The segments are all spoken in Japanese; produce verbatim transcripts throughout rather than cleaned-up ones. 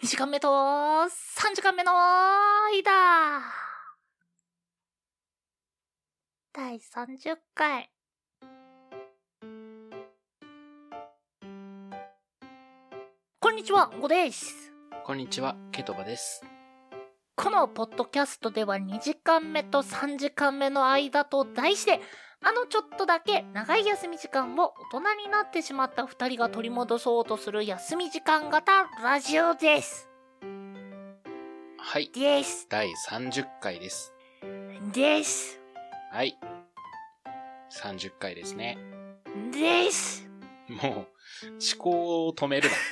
にじかんめとさんじかんめの間。だいさんじゅっかい。こんにちは、ごです。 こんにちは、ケトバです。 このポッドキャストではにじかんめとさんじかんめの間と題して、あのちょっとだけ長い休み時間を大人になってしまったふたりが取り戻そうとする休み時間型ラジオです。 はい。 です。 だいさんじゅっかいです。 です。 はい。さんじゅっかいですね。 です。 もう、思考を止めるな。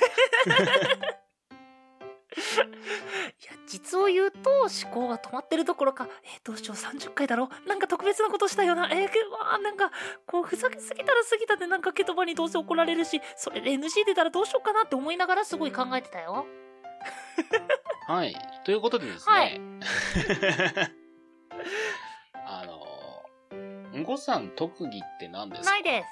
いや、実を言うと思考が止まってるどころか、えー、どうしようさんじゅっかいだろ、なんか特別なことしたよな、えー、けわーなんかこうふざけすぎたら過ぎたで、なんかケトバにどうせ怒られるし、それで エヌジー 出たらどうしようかなって思いながらすごい考えてたよ。 はい。ということでですね。はい、あの、んごさん特技って何ですか？ ないです。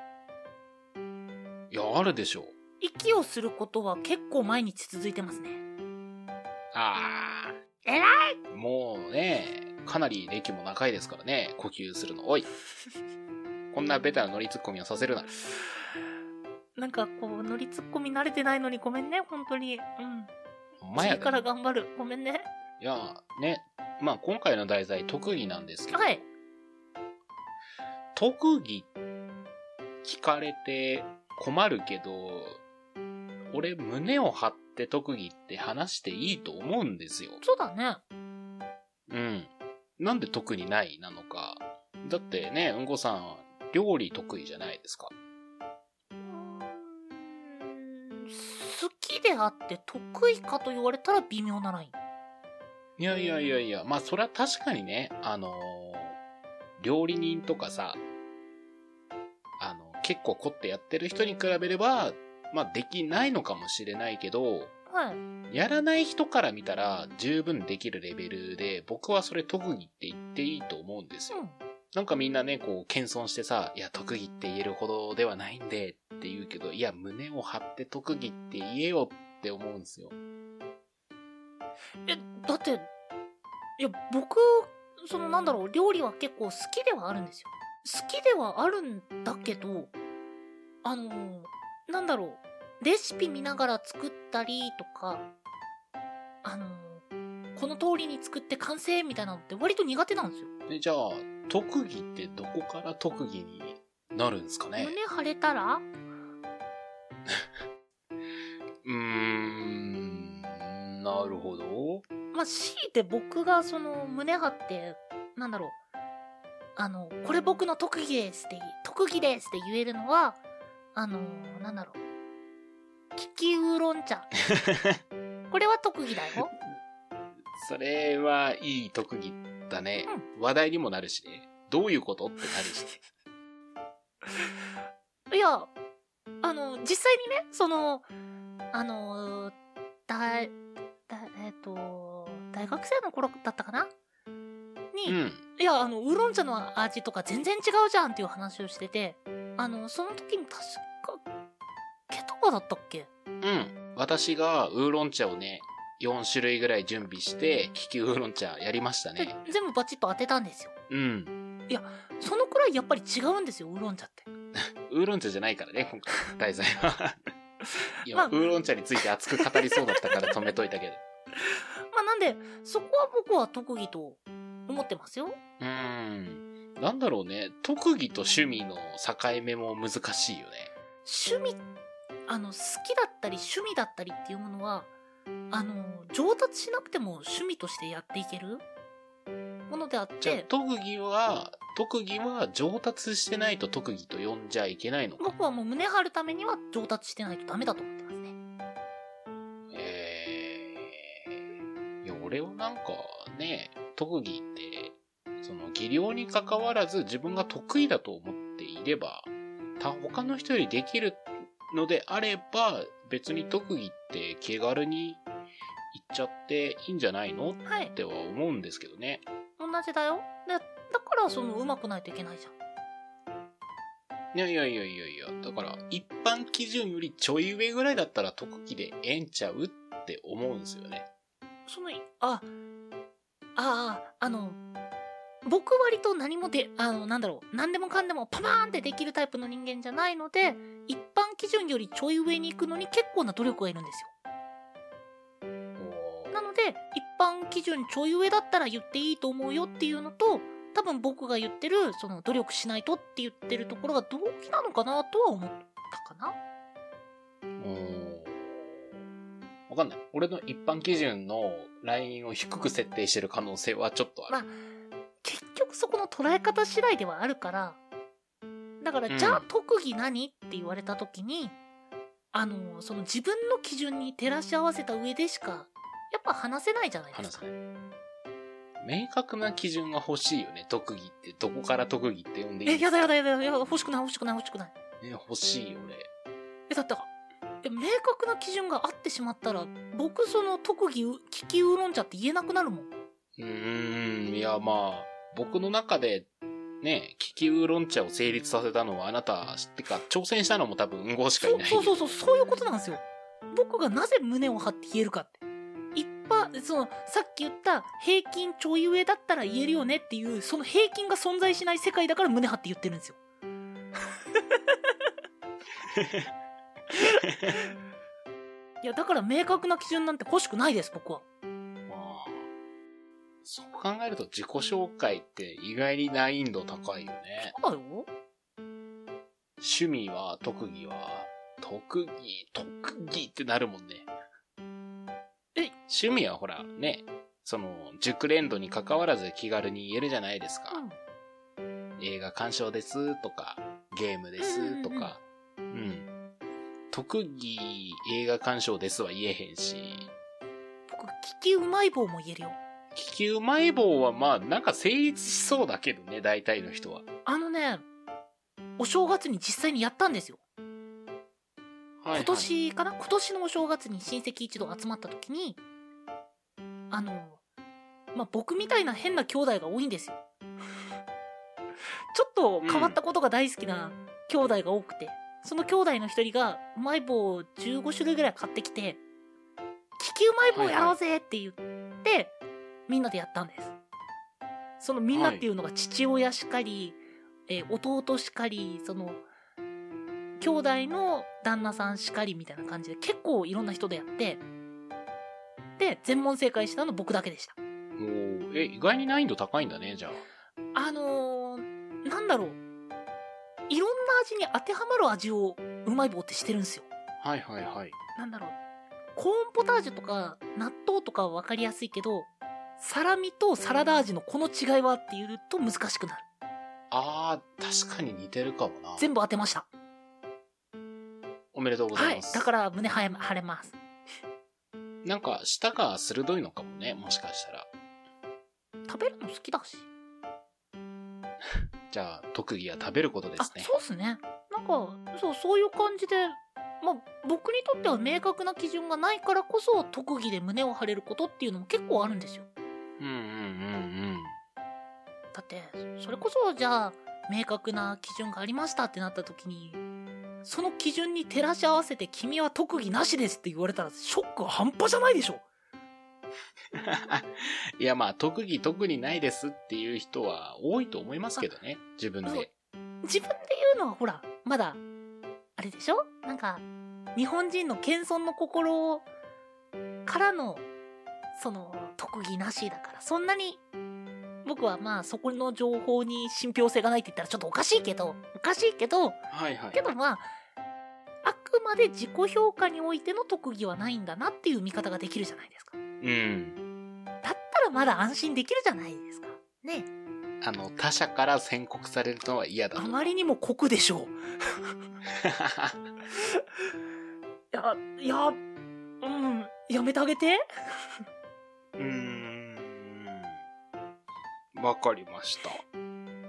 いや、あるでしょう。 息をすることは結構毎日続いてますね。 あー。えらい！ もうね、かなり歴も長いですからね、呼吸するの。おい。こんなベタなノリツッコミをさせるな。 なんかこう、ノリツッコミ慣れてないのにごめんね、本当に。うん。 お前や次から頑張る。ごめんね。 いや、ね。まあ今回の題材、特技なんですけど。 はい。 特技聞かれて困るけど、俺胸を張って特技って話していいと思うんですよ。 そうだね。 うん。なんで特にないなのか。だってね、うんごさん、料理得意じゃないですか。 うーん、好きであって得意かと言われたら微妙なライン。 いやいやいやいや、まあそれは確かにね、あのー、料理人とかさ、あの、結構凝ってやってる人に比べれば、まあできないのかもしれないけど、 はい。 やらない人から見たら十分できるレベルで、僕はそれ特技って言っていいと思うんですよ。うん、なんかみんなね、こう謙遜してさ、いや特技って言えるほどではないんでって言うけど、いや胸を張って特技って言えよって思うんですよ。 え、だって、いや僕、そのなんだろう、料理は結構好きではあるんですよ。好きではあるんだけど、あのー、なんだろう、レシピ見ながら作ったりとか、あのー、この通りに作って完成みたいなのって割と苦手なんですよ。 え、じゃあ、特技ってどこから特技になるんですかね？ 胸張れたらうーん、なるほど。 まあ、強いて僕がその胸張って、なんだろう、あの、これ僕の特技ですって、特技ですって言えるのは、あの、なんだろう、利きウーロン茶。これは特技だよ。 それはいい特技だね。うん、話題にもなるしね。どういうことってなるし。 いや、あの、実際にね、その、あの、だ、だ、えっと、大学生の頃だったかなに、うん、いや、あの、ウーロン茶の味とか全然違うじゃんっていう話をしてて、あの、その時に確か、ケトバだったっけ？ うん。私がウーロン茶をね、よんしゅるいぐらい準備して、利きウーロン茶やりましたね。 全部バチッと当てたんですよ。 うん。 いや、そのくらいやっぱり違うんですよ、ウーロン茶って。 ウーロン茶じゃないからね、今回の題材は。いや、まあ、ウーロン茶について熱く語りそうだったから止めといたけど。 まあなんで、そこは僕は特技と思ってますよ。 うーん。なんだろうね、特技と趣味の境目も難しいよね。 趣味、あの、好きだったり趣味だったりっていうものは、あの、上達しなくても趣味としてやっていけるものであって。 じゃあ特技は、特技は上達してないと特技と呼んじゃいけないのか。 僕はもう胸張るためには上達してないとダメだと思ってますね。 えー、いや、俺はなんかね、特技って、その技量に関わらず自分が得意だと思っていれば、他他の人よりできるのであれば、別に特技って気軽に言っちゃっていいんじゃないの、はい、っては思うんですけどね。 同じだよ。で、だからその上手くないといけないじゃん。 いやいやいやいやいや、だから一般基準よりちょい上ぐらいだったら特技でええんちゃうっって思うんですよね。 その、あ、ああ、あの、僕割と何もで、あの、なんだろう、何でもかんでもパマーンってできるタイプの人間じゃないので、一般基準よりちょい上に行くのに結構な努力がいるんですよ。なので、一般基準ちょい上だったら言っていいと思うよっていうのと、多分僕が言ってる、その努力しないとって言ってるところが同期なのかなとは思ったかな。 わかんない。俺の一般基準のラインを低く設定してる可能性はちょっとある。 まあ、結局そこの捉え方次第ではあるから、だから、うん、じゃあ特技何って言われた時に、あの、その自分の基準に照らし合わせた上でしか、やっぱ話せないじゃないですか。話せない。 明確な基準が欲しいよね、特技って。どこから特技って呼んでいいえ、やだやだやだやだ、欲しくない欲しくない欲しくない。 え、欲しいよ、俺。 え、だって、え、明確な基準があってしまったら、僕その特技、利きウーロン茶って言えなくなるもん。 うーん、いやまあ、僕の中で、ね、利きウーロン茶を成立させたのはあなた、ってか、挑戦したのも多分、うんごしかいない。 そうそうそう、そういうことなんですよ。僕がなぜ胸を張って言えるかって。一般、その、さっき言った平均ちょい上だったら言えるよねっていう、その平均が存在しない世界だから胸張って言ってるんですよ。いや、だから明確な基準なんて欲しくないです、僕は。 まあ、そう考えると自己紹介って意外に難易度高いよね。 そうだよ。 趣味は、特技は、特技、特技ってなるもんね。 え、 趣味はほら、ね、その、熟練度に関わらず気軽に言えるじゃないですか。うん、映画鑑賞ですとか、ゲームですとか、うん、うんうん。特技、映画鑑賞ですは言えへんし。 僕、利きうまい棒も言えるよ。 利きうまい棒はまあ、なんか成立しそうだけどね、大体の人は。 あのね、お正月に実際にやったんですよ。はいはい、今年かな今年のお正月に親戚一同集まった時に、あの、まあ、僕みたいな変な兄弟が多いんですよ。ちょっと変わったことが大好きな兄弟が多くて、うん、その兄弟の一人がうまい棒をじゅうご種類ぐらい買ってきて、利きうまい棒やろうぜって言って、はいはい、みんなでやったんです。そのみんなっていうのが父親しかり、はい、えー、弟しかり、その、兄弟の旦那さんしかりみたいな感じで結構いろんな人でやって、で、全問正解したの僕だけでした。 おー、え、意外に難易度高いんだね、じゃあ。 あのー、なんだろう。いろんな味に当てはまる味をうまい棒ってしてるんですよ。 はいはいはい。 なんだろう。コーンポタージュとか納豆とかはわかりやすいけど、サラミとサラダ味のこの違いはっていうと難しくなる。 あー、確かに似てるかもな。 全部当てました。 おめでとうございます。 はい、だから胸張れます。 なんか舌が鋭いのかもね、もしかしたら。 食べるの好きだし。 じゃあ特技は食べることですね。 あ、そうっすね。なんかそうそういう感じで、まあ僕にとっては明確な基準がないからこそ特技で胸を張れることっていうのも結構あるんですよ。 うんうんうんうん。 だってそれこそじゃあ明確な基準がありましたってなった時に、その基準に照らし合わせて君は特技なしですって言われたらショックは半端じゃないでしょ。 いやまあ特技特にないですっていう人は多いと思いますけどね、自分で。 自分で言うのはほらまだあれでしょ、なんか日本人の謙遜の心からのその特技なしだから、そんなに僕はまあそこの情報に信憑性がないって言ったらちょっとおかしいけどおかしいけど、 はいはい、 けどまああくまで自己評価においての特技はないんだなっていう見方ができるじゃないですか。 うん。 だったらまだ安心できるじゃないですか。ね。 あの他者から宣告されるのは嫌だと。 あまりにも酷でしょう。いやいやうんやめてあげて。 うーん。わかりました。 え、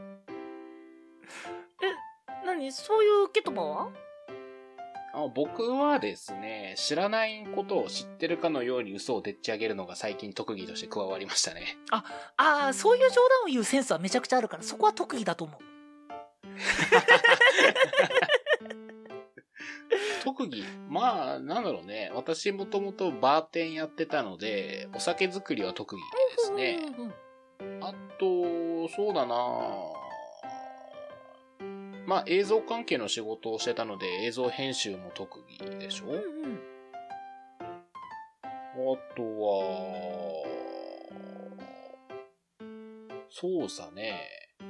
何そういうケトバは？ あ、僕はですね、知らないことを知ってるかのように嘘をでっち上げるのが最近特技として加わりましたね。 あ、あ、そういう冗談を言うセンスはめちゃくちゃあるから、そこは特技だと思う。 特技、まあ、なんだろうね。私もともとバーテンやってたので、お酒作りは特技ですね。あと、そうだなまあ、映像関係の仕事をしてたので、映像編集も特技でしょ、うんうん、あとは、そうさね。う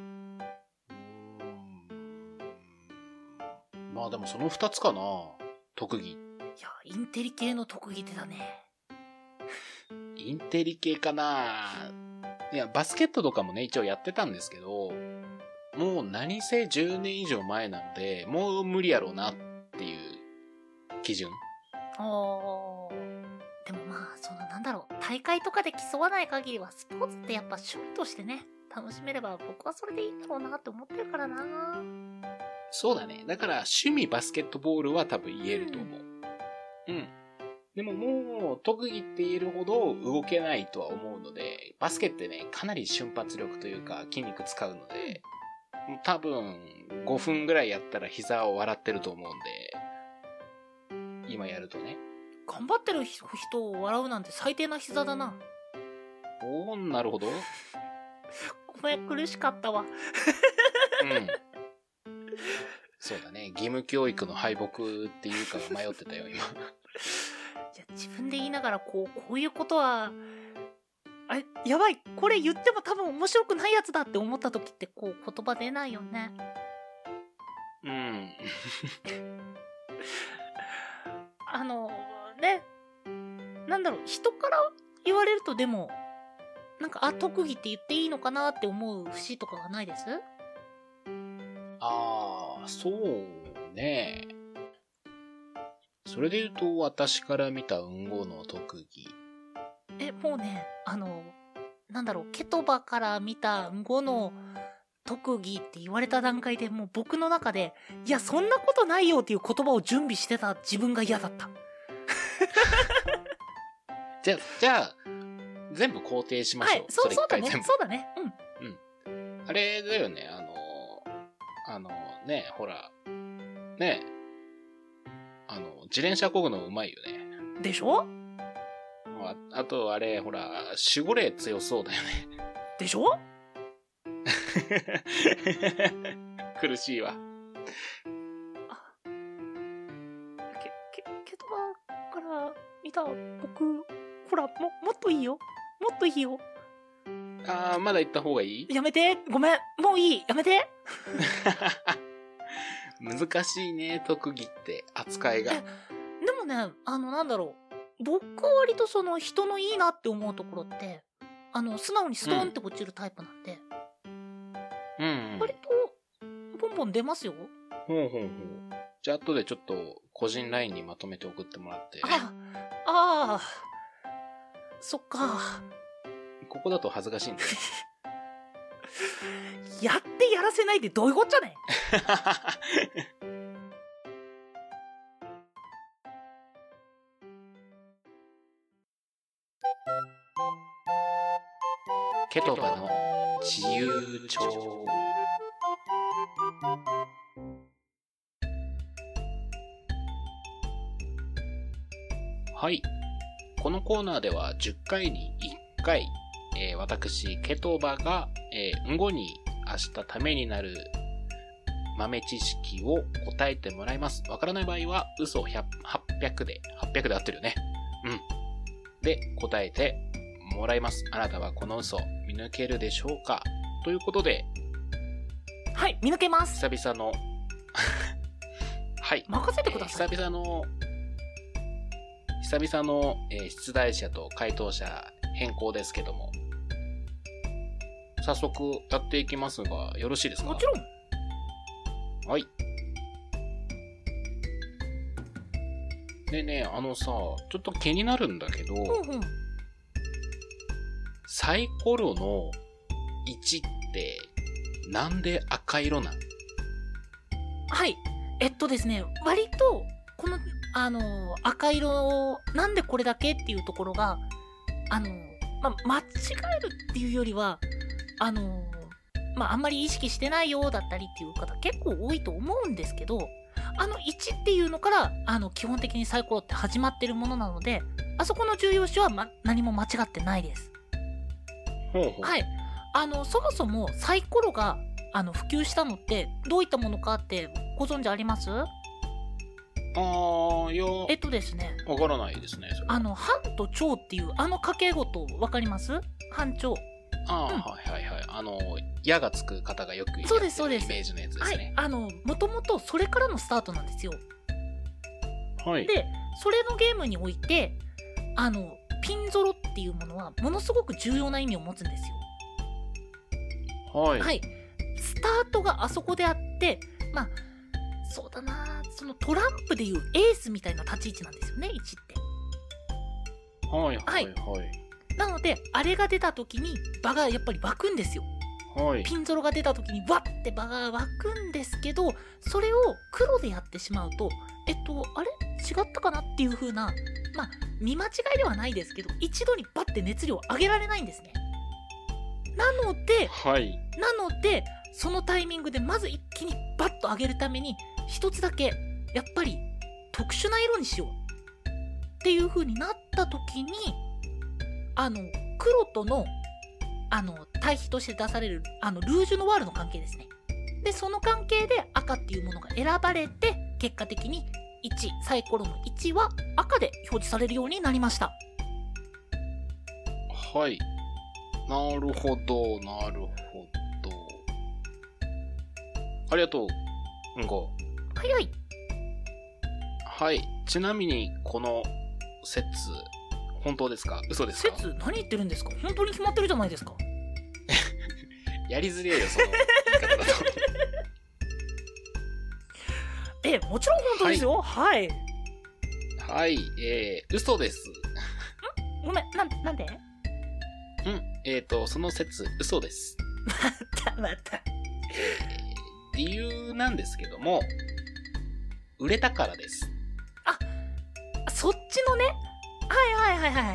ーん。まあでもその二つかな。特技。いや、インテリ系の特技ってだね。 インテリ系かな。いや、バスケットとかもね、一応やってたんですけど、もう何せじゅうねん以上前なので、もう無理やろうなっていう基準。 ああ。でもまあ、そのなんだろう、大会とかで競わない限りは、スポーツってやっぱ趣味としてね、楽しめれば僕はそれでいいんだろうなって思ってるからな。 そうだね。だから趣味バスケットボールは多分言えると思う。うん。うん、でももう特技って言えるほど動けないとは思うので、バスケってね、かなり瞬発力というか筋肉使うので、多分ごふんぐらいやったら膝を笑ってると思うんで、今やるとね。 頑張ってる人を笑うなんて最低な膝だな。 おー、なるほど。 ごめん、苦しかったわ。うん。 そうだね。義務教育の敗北っていうか迷ってたよ、今。いや、自分で言いながら、こう、こういうことは、あれ、やばい、これ言っても多分面白くないやつだって思った時って、こう、言葉出ないよね。 うん。 あの、ね、なんだろう、人から言われるとでも、なんか、あ、特技って言っていいのかなって思う節とかがないです？ ああ、そうね。それで言うと、私から見た運号の特技。 え、もうね、あの、なんだろう、ケトバから見た運号の特技って言われた段階でもう僕の中で、いや、そんなことないよっていう言葉を準備してた自分が嫌だった。 じゃあ、じゃあ、全部肯定しましょう。 はい、そう、そうだね、そうだね。 うん。うん。あれだよね、あの、あの、ね、ほら、ね、あの、自転車こぐのうまいよね。 でしょ？ あ, あと、あれ、ほら、守護霊強そうだよね。 でしょ？ 苦しいわ。 あ、け、け、ケトバから見た僕、ほら、も、もっといいよ。もっといいよ。 あー、まだ行った方がいい？ やめて。ごめん。もういい。やめて。 難しいね、特技って、扱いが。 でもね、あの、なんだろう。僕は割とその人のいいなって思うところって、あの、素直にストーンって落ちるタイプなんで、 うん、うん。 割と、ポンポン出ますよ。 ほうほうほう。じゃあ、後でちょっと、個人ラインにまとめて送ってもらって。 ああ、ああ、そっか。 ここだと恥ずかしいんだよ。 やってやらせないでどういうこっちゃね。 ケトバの自由帳。はい。このコーナーではじゅっかいにいっかい、えー、私、ケトバが、えー、んごに明日ためになる豆知識を答えてもらいます。わからない場合は、嘘はっぴゃくで、はっぴゃくで合ってるよね。うん。で、答えてもらいます。あなたはこの嘘、見抜けるでしょうか？ということで。 はい、見抜けます。 久々の、はい。 任せてください。 えー、久々の、久々の、えー、出題者と回答者変更ですけども。早速やっていきますが、よろしいですか？ もちろん。 はい。でね、あのさ、ちょっと気になるんだけど、うんうん、サイコロのいちってなんで赤色なん？ はい。えっとですね、割と、この、あの、赤色を、なんでこれだけっていうところが、あの、ま、間違えるっていうよりは、あの、まあ、あんまり意識してないよだったりっていう方結構多いと思うんですけど、 あのいちっていうのからあの基本的にサイコロって始まってるものなので、あそこの重要視は、ま、何も間違ってないです。 ほうほう。 はい。あのそもそもサイコロがあの普及したのってどういったものかってご存知あります？ あー、いや、 えっとですね、 わからないですね、それ。 あの半と長っていうあの掛け事わかります？半長。 あー、 うんはいはいはい。あの、矢がつく方がよくやってそうるですそうですイメージのやつですはいね。。 あのもともとそれからのスタートなんですよ。 はい。 でそれのゲームにおいてあのピンゾロっていうものはものすごく重要な意味を持つんですよ。 はい。 はい。スタートがあそこであって、まあそうだな、そのトランプでいうエースみたいな立ち位置なんですよね、いちって。 はいはいはい。 なのであれが出た時に場がやっぱり湧くんですよ。 はい。 ピンゾロが出た時にわって場が湧くんですけど、それを黒でやってしまうと、えっとあれ違ったかなっていう風な、まあ見間違いではないですけど、一度にバッて熱量を上げられないんですね。なのではい。 なのでそのタイミングでまず一気にバッと上げるために一つだけやっぱり特殊な色にしようっていう風になった時に、あの黒とのあの対比として出されるあのルージュノワールの関係ですね。でその関係で赤っていうものが選ばれて、結果的にいちサイコロのいちは赤で表示されるようになりました。 はい。なるほど、なるほど。ありがとう、うんご。 早い。 はい。ちなみに、この説、本当ですか？嘘ですか？ 説何言ってるんですか？本当に決まってるじゃないですか。 やりづれえよ、その言い方だと。 え、もちろん本当ですよ。はい。 はい、えー、嘘です。 ごめん、なん、なんで？ うん、えーと、その説、嘘です。 またまた。 えー、理由なんですけども、売れたからです。 あ、そっちのね。はいはいはいはい。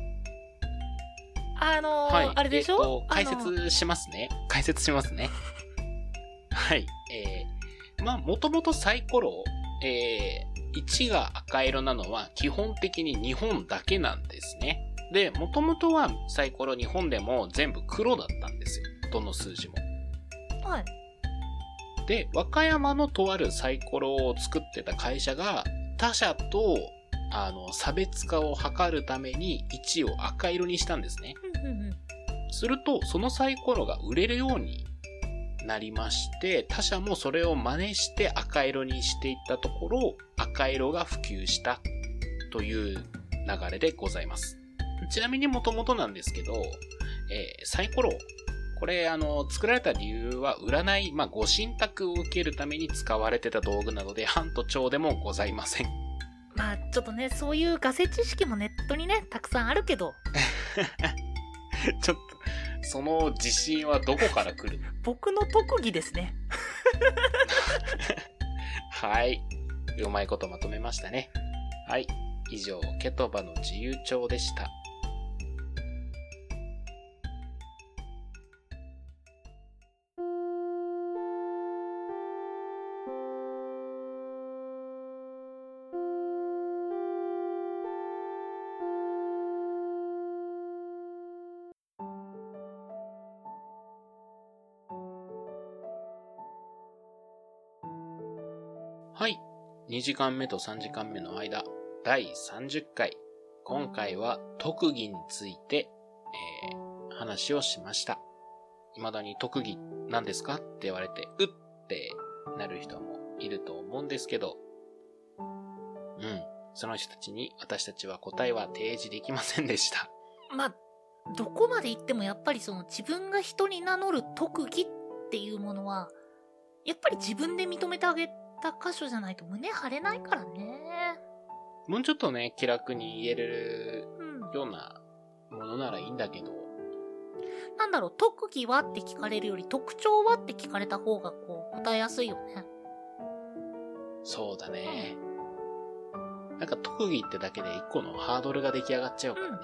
あのーはい、 あれでしょ？ えーと、解あのー説しますね。解説しますね。はい、えー、まあ、もともとサイコロ、えー、いちが赤色なのは基本的に日本だけなんですね。で、もともとはサイコロ日本でも全部黒だったんですよ。どの数字も。 はい。 で、和歌山のとあるサイコロを作ってた会社が他社とあの差別化を図るためにいちを赤色にしたんですね。 うんうんうん。 すると、そのサイコロが売れるようになりまして、他社もそれを真似して赤色にしていったところ、赤色が普及したという流れでございます。ちなみにもともとなんですけど、えー、サイコロ、これあの作られた理由は占い、まあ、ご神託を受けるために使われてた道具なので、半と長でもございません。 まあちょっとね、そういうガセ知識もネットにねたくさんあるけど、 ちょっとその自信はどこから来る？ 僕の特技ですね。 はい、うまいことまとめましたね。はい、以上ケトバの自由帳でした。はい。にじかんめとさんじかんめの間、だいさんじゅっかい。今回は特技について、えー、話をしました。未だに特技何ですかって言われて、うってなる人もいると思うんですけど、うん。その人たちに私たちは答えは提示できませんでした。 まあどこまで行ってもやっぱりその自分が人に名乗る特技っていうものは、やっぱり自分で認めてあげた箇所じゃないと胸張れないからね。 もうちょっとね、気楽に言えるうん。 ようなものならいいんだけど、 なんだろう、特技はって聞かれるより特徴はって聞かれた方がこう答えやすいよね。 そうだね。なんか特技ってだけで一個のハードルが出来上がっちゃうからね。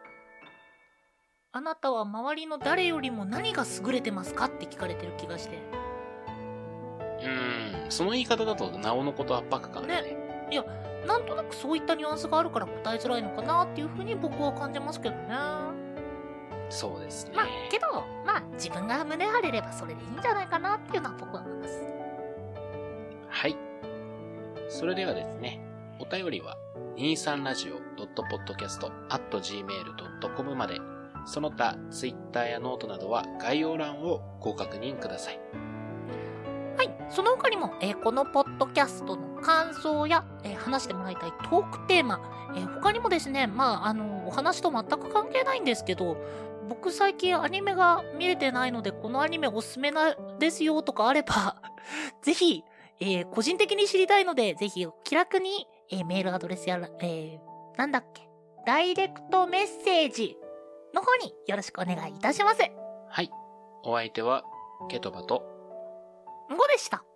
あなたは周りの誰よりも何が優れてますかって聞かれてる気がして。 ーん、その言い方だとなおのこと圧迫感だね。 いや、なんとなくそういったニュアンスがあるから答えづらいのかなっていうふうに僕は感じますけどね。 そうですね。 まあ、けど、まあ、自分が胸張れればそれでいいんじゃないかなっていうのは僕は思います。 はい。それではですね、お便りは、にじゅうさんラジオドットポッドキャストアットジーメールドットコム まで、その他、ツイッターやノートなどは概要欄をご確認ください。 はい。その他にも、えーこのポッドキャストの感想や、えー話してもらいたいトークテーマ、えー他にもですね、まあ、あの、お話と全く関係ないんですけど、僕最近アニメが見れてないので、このアニメおすすめなですよとかあれば、ぜひ、えー個人的に知りたいので、ぜひお気楽に、えーメールアドレスやら、えーなんだっけ、ダイレクトメッセージの方によろしくお願いいたします。 はい。お相手は、ケトバと、 んごでした。